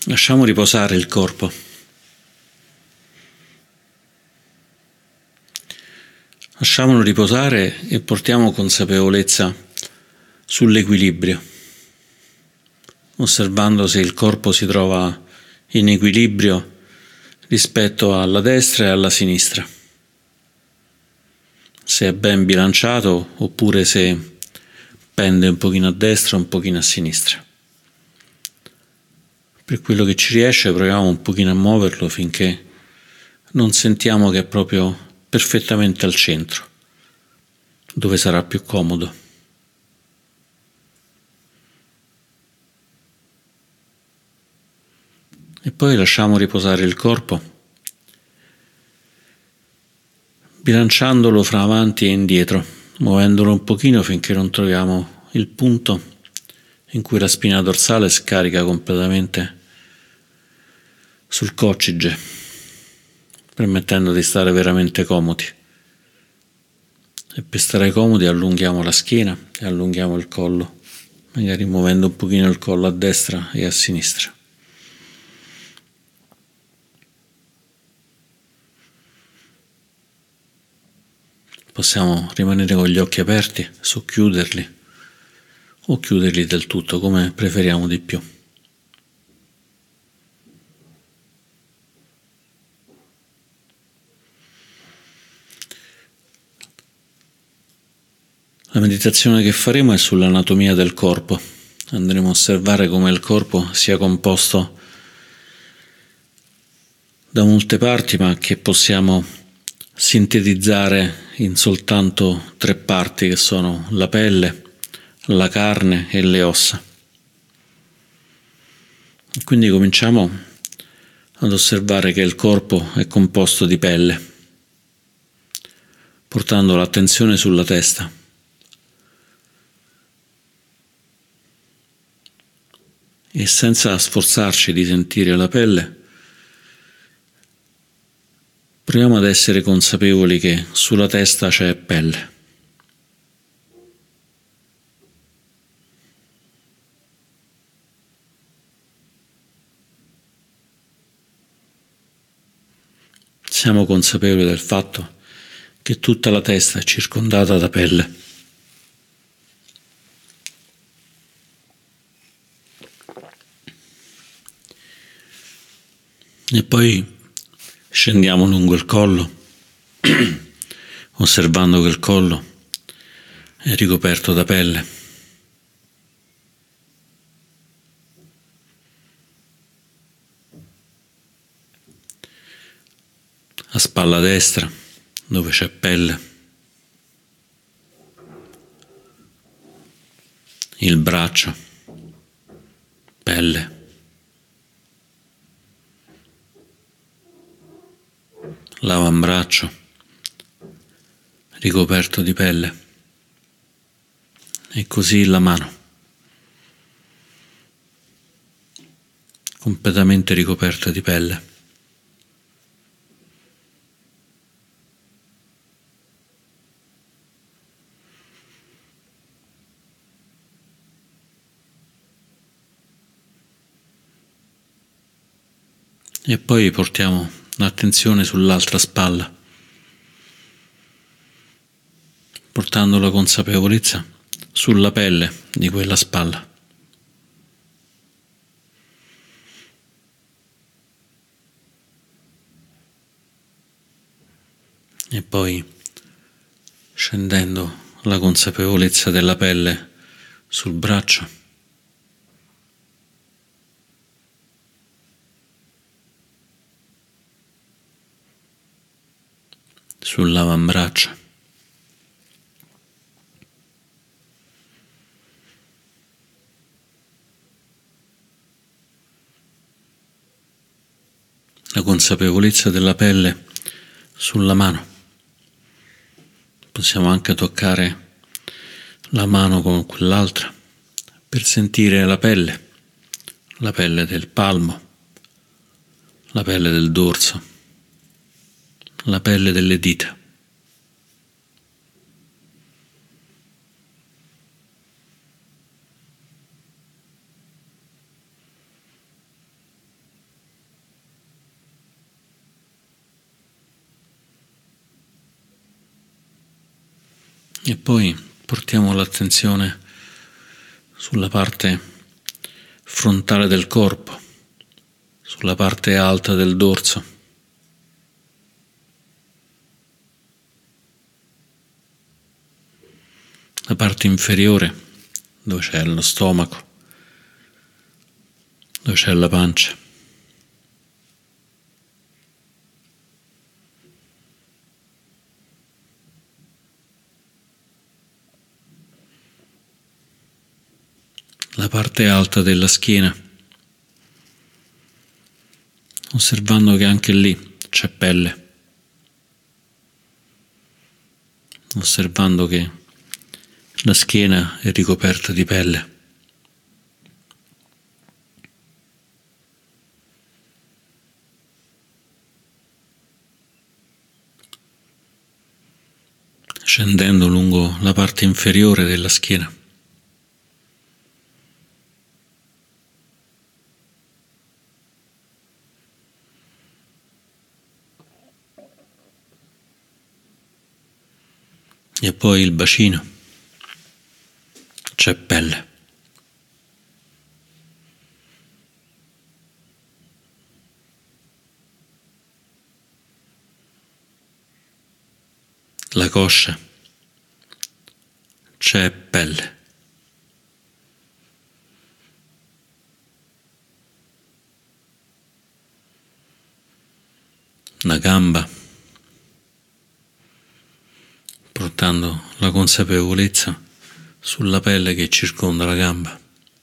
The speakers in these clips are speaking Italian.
Lasciamo riposare il corpo. Lasciamolo riposare e portiamo consapevolezza sull'equilibrio, osservando se il corpo si trova in equilibrio rispetto alla destra e alla sinistra, se è ben bilanciato oppure se pende un pochino a destra o un pochino a sinistra. Per quello che ci riesce proviamo un pochino a muoverlo finché non sentiamo che è proprio perfettamente al centro, dove sarà più comodo. E poi lasciamo riposare il corpo, bilanciandolo fra avanti e indietro, muovendolo un pochino finché non troviamo il punto in cui la spina dorsale scarica completamente sul coccige, permettendo di stare veramente comodi. E per stare comodi allunghiamo la schiena e allunghiamo il collo, magari muovendo un pochino il collo a destra e a sinistra. Possiamo rimanere con gli occhi aperti, socchiuderli o chiuderli del tutto, come preferiamo di più. La meditazione che faremo è sull'anatomia del corpo. Andremo a osservare come il corpo sia composto da molte parti, ma che possiamo sintetizzare in soltanto 3 parti, che sono la pelle, la carne e le ossa. Quindi cominciamo ad osservare che il corpo è composto di pelle, portando l'attenzione sulla testa. E senza sforzarci di sentire la pelle, proviamo ad essere consapevoli che sulla testa c'è pelle. Siamo consapevoli del fatto che tutta la testa è circondata da pelle. E poi scendiamo lungo il collo, osservando che il collo è ricoperto da pelle. A spalla destra, dove c'è pelle. Il braccio, pelle. L'avambraccio, ricoperto di pelle. E così la mano, completamente ricoperta di pelle. E poi portiamo l'attenzione sull'altra spalla, portando la consapevolezza sulla pelle di quella spalla. E poi scendendo la consapevolezza della pelle sul braccio, sull'avambraccio, la consapevolezza della pelle sulla mano. Possiamo anche toccare la mano con quell'altra per sentire la pelle del palmo, la pelle del dorso, la pelle delle dita. E poi portiamo l'attenzione sulla parte frontale del corpo, sulla parte alta del dorso, la parte inferiore dove c'è lo stomaco, dove c'è la pancia. La parte alta della schiena, osservando che anche lì c'è pelle, osservando che la schiena è ricoperta di pelle. Scendendo lungo la parte inferiore della schiena. E poi il bacino, c'è pelle. La coscia, c'è pelle. La gamba, portando la consapevolezza sulla pelle che circonda la gamba.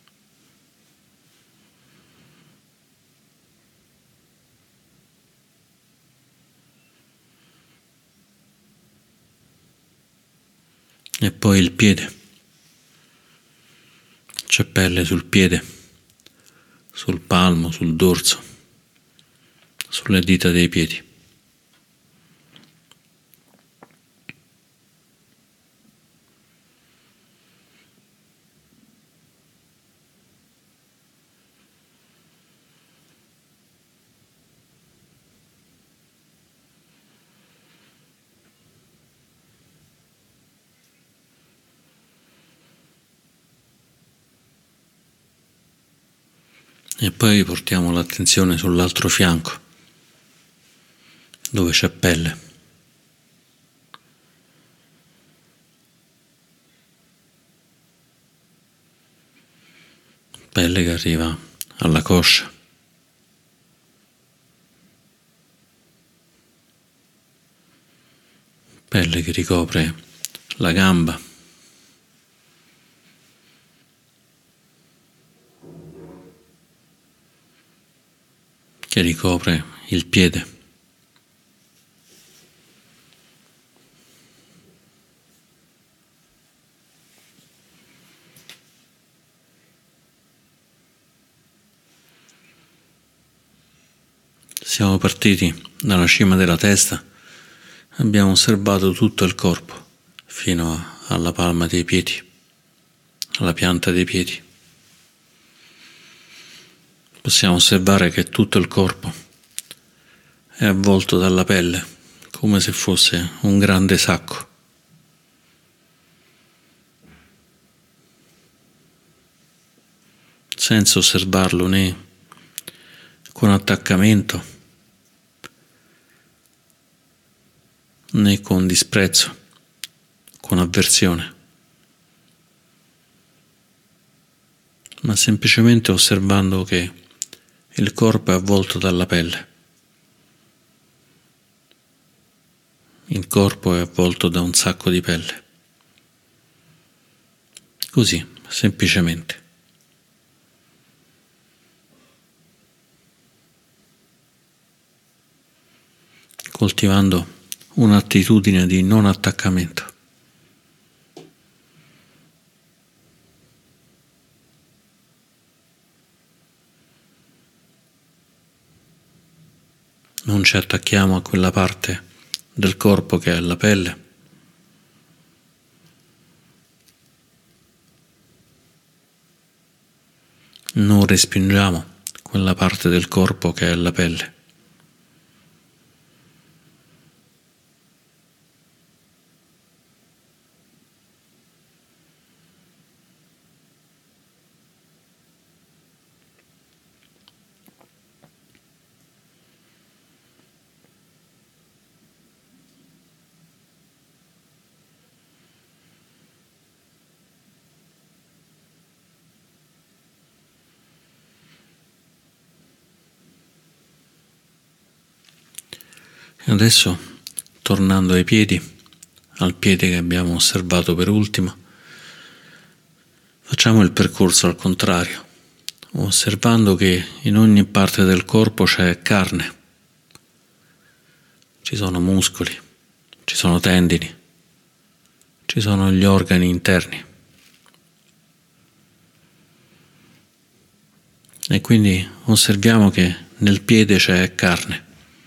E poi il piede, c'è pelle sul piede, sul palmo, sul dorso, sulle dita dei piedi. E poi portiamo l'attenzione sull'altro fianco, dove c'è pelle. Pelle che arriva alla coscia. Pelle che ricopre la gamba. Che ricopre il piede. Siamo partiti dalla cima della testa, abbiamo osservato tutto il corpo fino alla palma dei piedi, alla pianta dei piedi. Possiamo osservare che tutto il corpo è avvolto dalla pelle, come se fosse un grande sacco. Senza osservarlo né con attaccamento né con disprezzo, con avversione, ma semplicemente osservando che il corpo è avvolto dalla pelle. Il corpo è avvolto da un sacco di pelle. Così, semplicemente. Coltivando un'attitudine di non attaccamento. Non ci attacchiamo a quella parte del corpo che è la pelle. Non respingiamo quella parte del corpo che è la pelle. E adesso, tornando ai piedi, al piede che abbiamo osservato per ultimo, facciamo il percorso al contrario, osservando che in ogni parte del corpo c'è carne, ci sono muscoli, ci sono tendini, ci sono gli organi interni. E quindi osserviamo che nel piede c'è carne.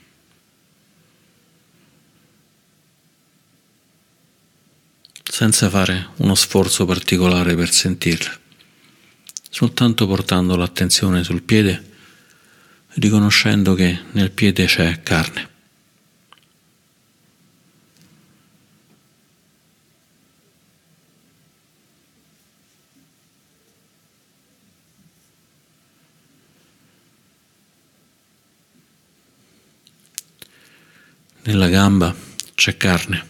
Senza fare uno sforzo particolare per sentirla, soltanto portando l'attenzione sul piede, riconoscendo che nel piede c'è carne. Nella gamba c'è carne.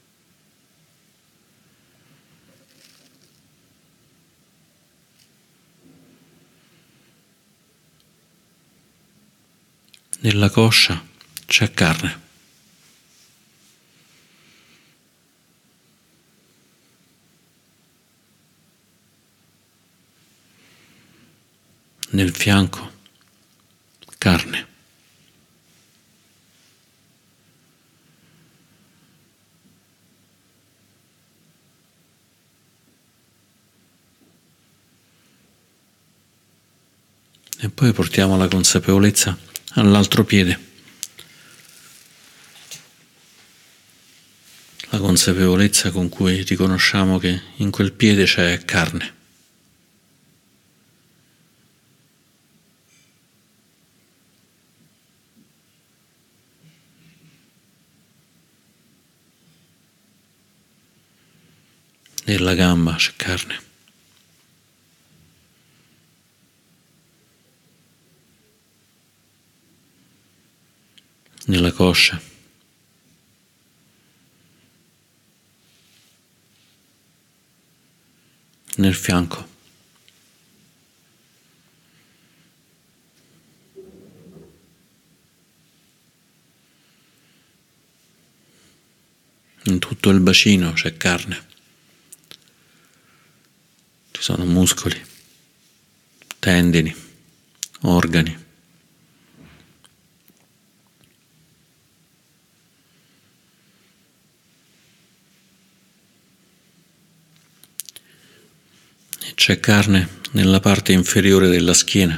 Nella coscia c'è carne. Nel fianco carne. E poi portiamo la consapevolezza all'altro piede. La consapevolezza con cui riconosciamo che in quel piede c'è carne. Nella gamba c'è carne. Nella coscia. Nel fianco. In tutto il bacino c'è carne. Ci sono muscoli, tendini, organi. E c'è carne nella parte inferiore della schiena.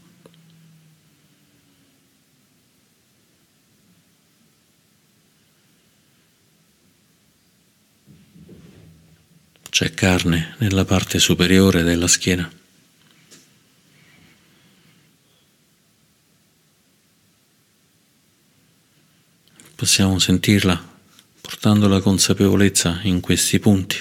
C'è carne nella parte superiore della schiena. Possiamo sentirla portando la consapevolezza in questi punti.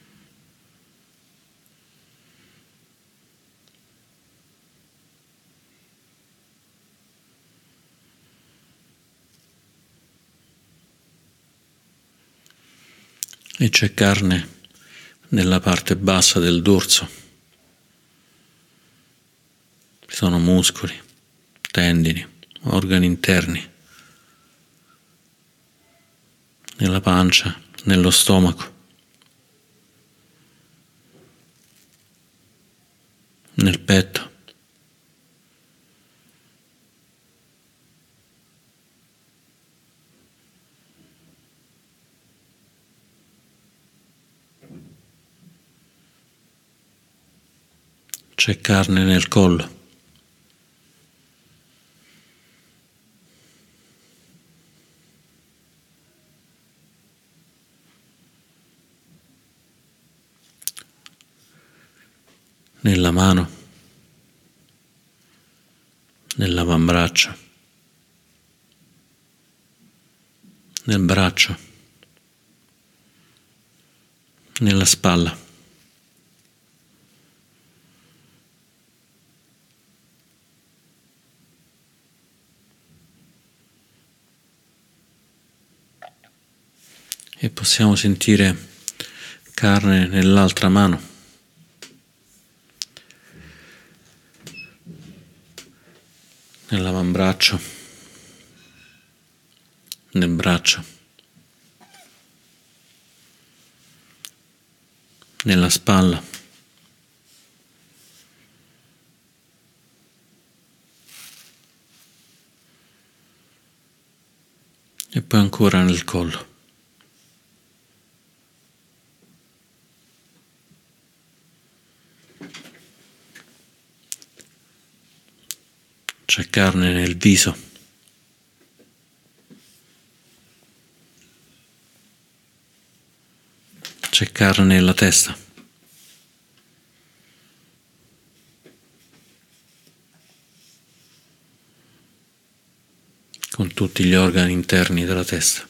E c'è carne nella parte bassa del dorso. Ci sono muscoli, tendini, organi interni, nella pancia, nello stomaco, nel petto. C'è carne nel collo. Nella mano, nell'avambraccio, nel braccio, nella spalla. E possiamo sentire carne nell'altra mano. Nell'avambraccio, nel braccio, nella spalla, e poi ancora nel collo. C'è carne nel viso, c'è carne nella testa, con tutti gli organi interni della testa.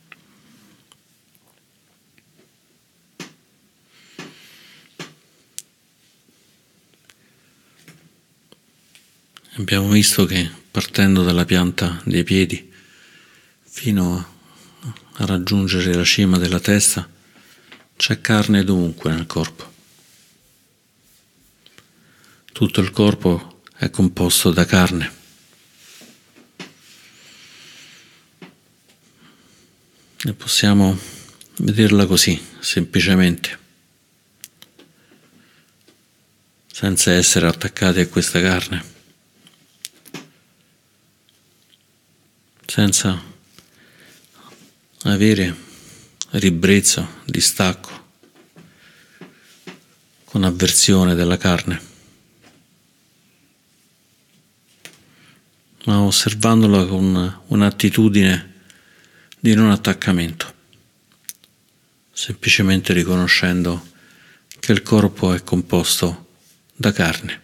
Abbiamo visto che partendo dalla pianta dei piedi fino a raggiungere la cima della testa c'è carne dovunque nel corpo. Tutto il corpo è composto da carne. E possiamo vederla così, semplicemente, senza essere attaccati a questa carne, senza avere ribrezzo, distacco, con avversione della carne, ma osservandola con un'attitudine di non attaccamento, semplicemente riconoscendo che il corpo è composto da carne.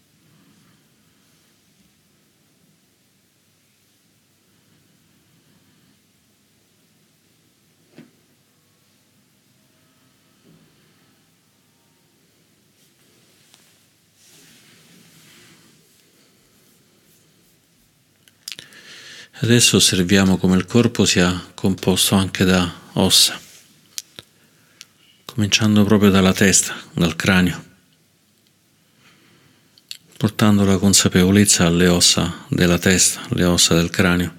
Adesso osserviamo come il corpo sia composto anche da ossa, cominciando proprio dalla testa, dal cranio, portando la consapevolezza alle ossa della testa, alle ossa del cranio,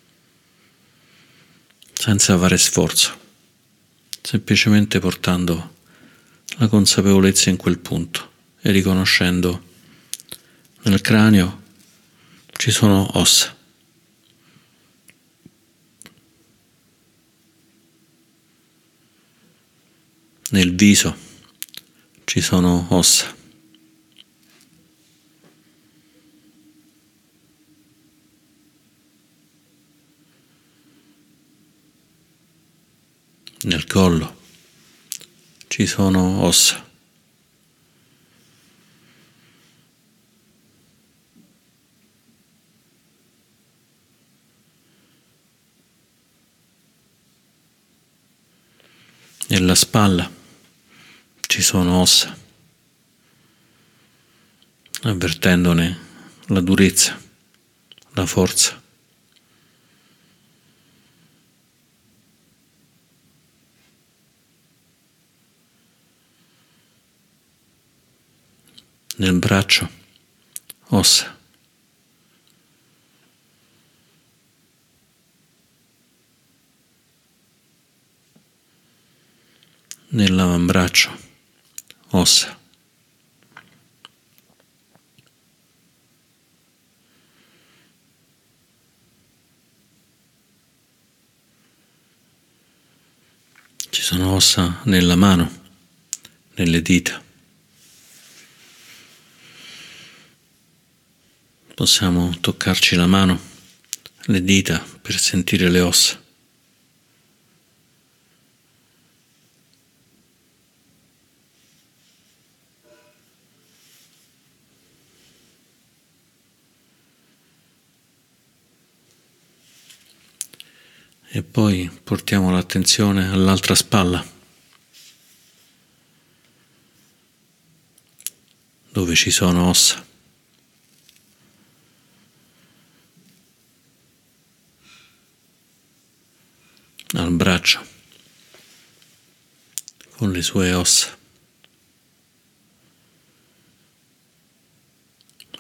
senza fare sforzo, semplicemente portando la consapevolezza in quel punto e riconoscendo nel cranio ci sono ossa. Nel viso ci sono ossa. Nel collo ci sono ossa. Nella spalla ci sono ossa, avvertendone la durezza, la forza. Nel braccio, ossa. Nell'avambraccio, ossa. Ci sono ossa nella mano, nelle dita. Possiamo toccarci la mano, le dita per sentire le ossa. E poi portiamo l'attenzione all'altra spalla, dove ci sono ossa. Al braccio, con le sue ossa.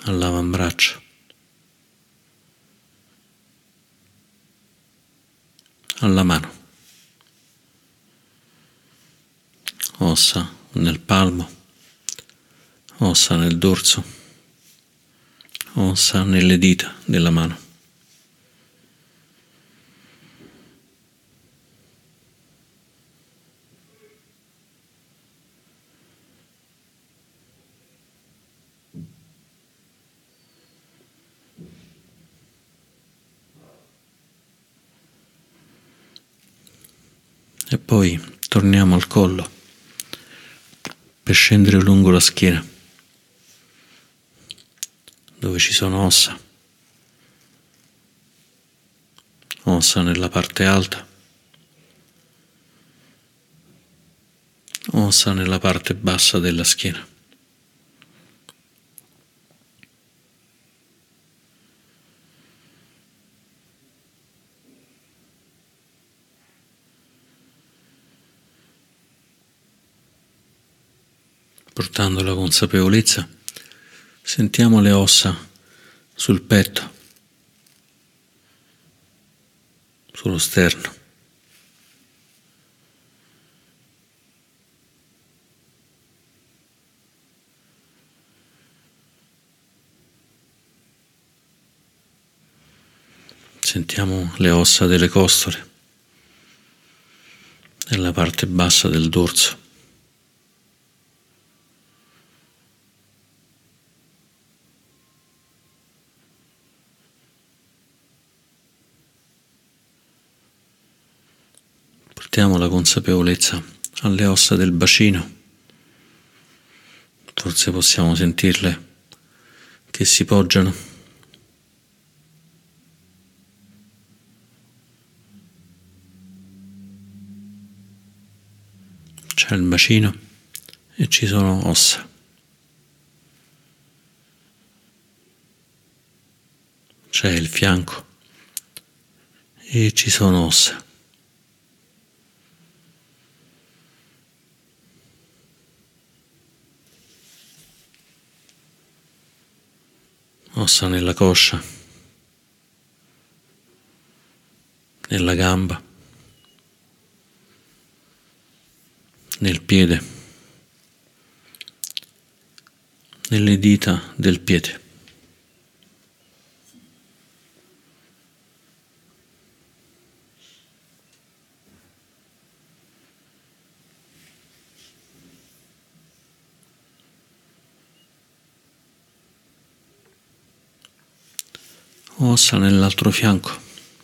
All'avambraccio. alla mano, ossa nel palmo, ossa nel dorso, ossa nelle dita della mano. E poi torniamo al collo per scendere lungo la schiena, dove ci sono ossa nella parte alta, ossa nella parte bassa della schiena. Portando la consapevolezza, sentiamo le ossa sul petto, sullo sterno. Sentiamo le ossa delle costole, nella parte bassa del dorso. Portiamo la consapevolezza alle ossa del bacino. Forse possiamo sentirle che si poggiano. C'è il bacino e ci sono ossa. C'è il fianco e ci sono ossa. Ossa nella coscia, nella gamba, nel piede, nelle dita del piede. Ossa nell'altro fianco.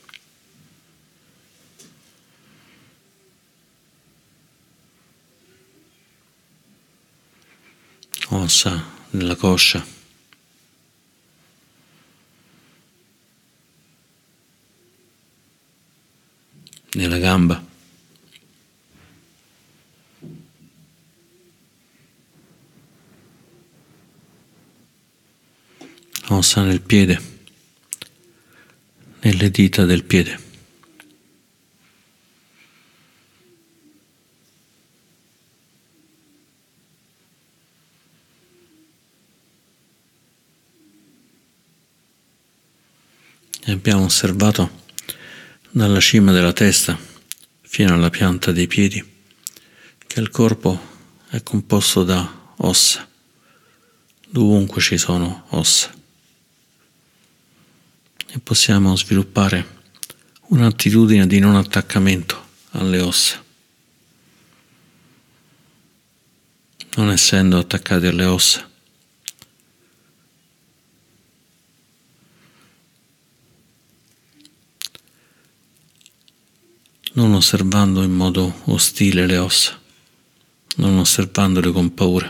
Ossa nella coscia. Nella gamba. Ossa nel piede. Nelle dita del piede. E abbiamo osservato dalla cima della testa fino alla pianta dei piedi che il corpo è composto da ossa, dovunque ci sono ossa. E possiamo sviluppare un'attitudine di non attaccamento alle ossa. Non essendo attaccati alle ossa, non osservando in modo ostile le ossa, non osservandole con paura.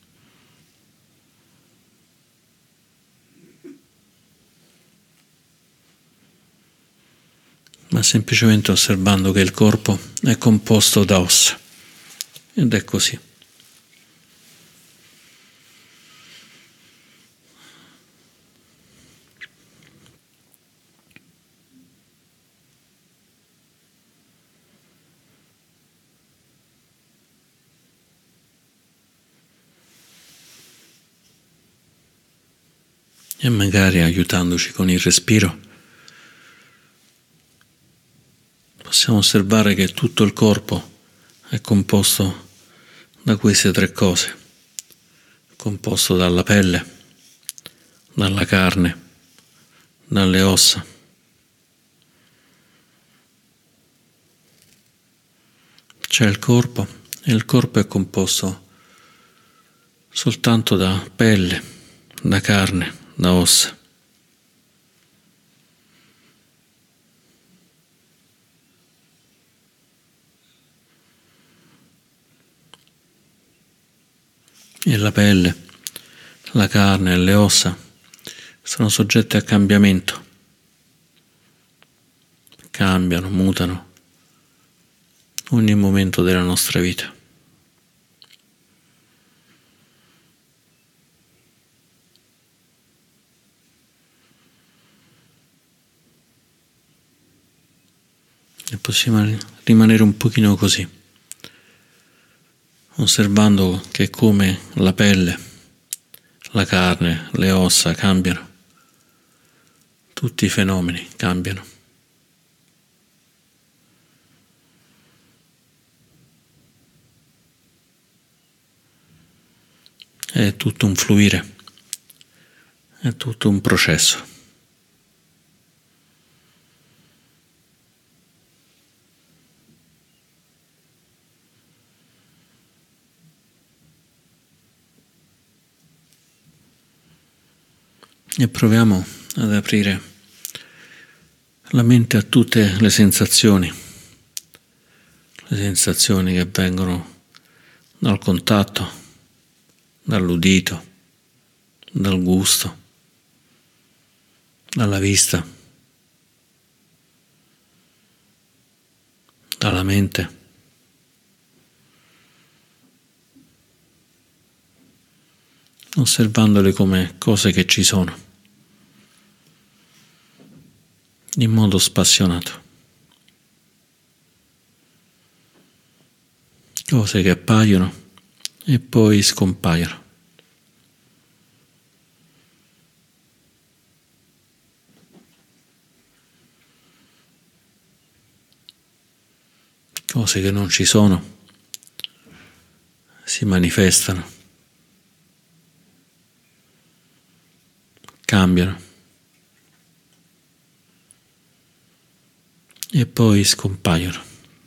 Ma semplicemente osservando che il corpo è composto da ossa. Ed è così. E magari aiutandoci con il respiro possiamo osservare che tutto il corpo è composto da queste tre cose, composto dalla pelle, dalla carne, dalle ossa. C'è il corpo e il corpo è composto soltanto da pelle, da carne, da ossa. E la pelle, la carne e le ossa sono soggette a cambiamento, cambiano, mutano ogni momento della nostra vita. E possiamo rimanere un pochino così, osservando che come la pelle, la carne, le ossa cambiano, tutti i fenomeni cambiano. È tutto un fluire, è tutto un processo. E proviamo ad aprire la mente a tutte le sensazioni che vengono dal contatto, dall'udito, dal gusto, dalla vista, dalla mente. Osservandole come cose che ci sono, in modo spassionato. Cose che appaiono e poi scompaiono. Cose che non ci sono, si manifestano, cambiano e poi scompaiono.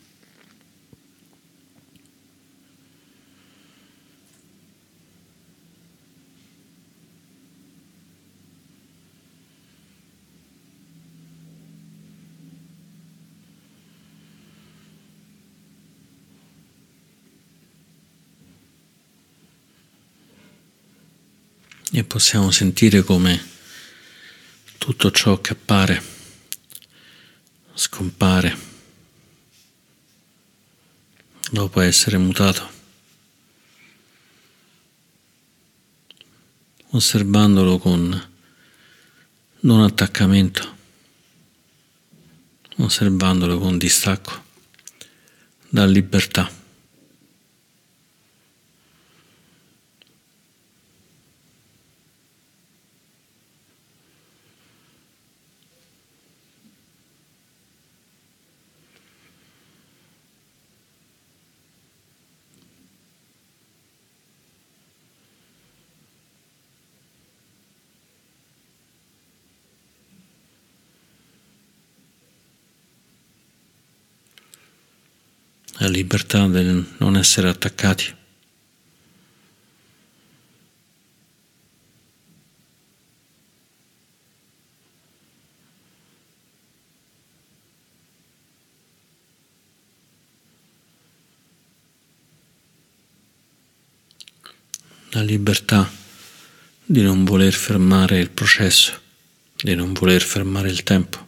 E possiamo sentire come tutto ciò che appare scompare dopo essere mutato, osservandolo con non attaccamento, osservandolo con distacco, da libertà. La libertà del non essere attaccati. La libertà di non voler fermare il processo, di non voler fermare il tempo.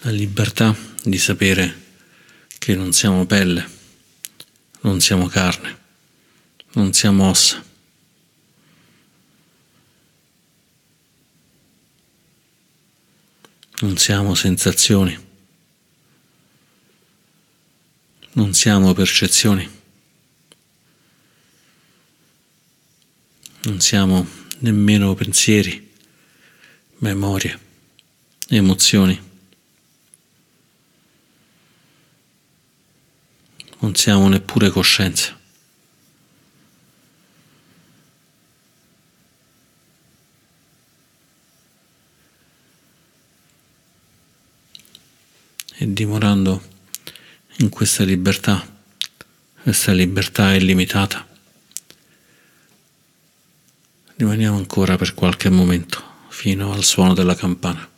la libertà di sapere che non siamo pelle, non siamo carne, non siamo ossa. Non siamo sensazioni, non siamo percezioni, non siamo nemmeno pensieri, memorie, emozioni, non siamo neppure coscienza. E dimorando in questa libertà è illimitata, rimaniamo ancora per qualche momento fino al suono della campana.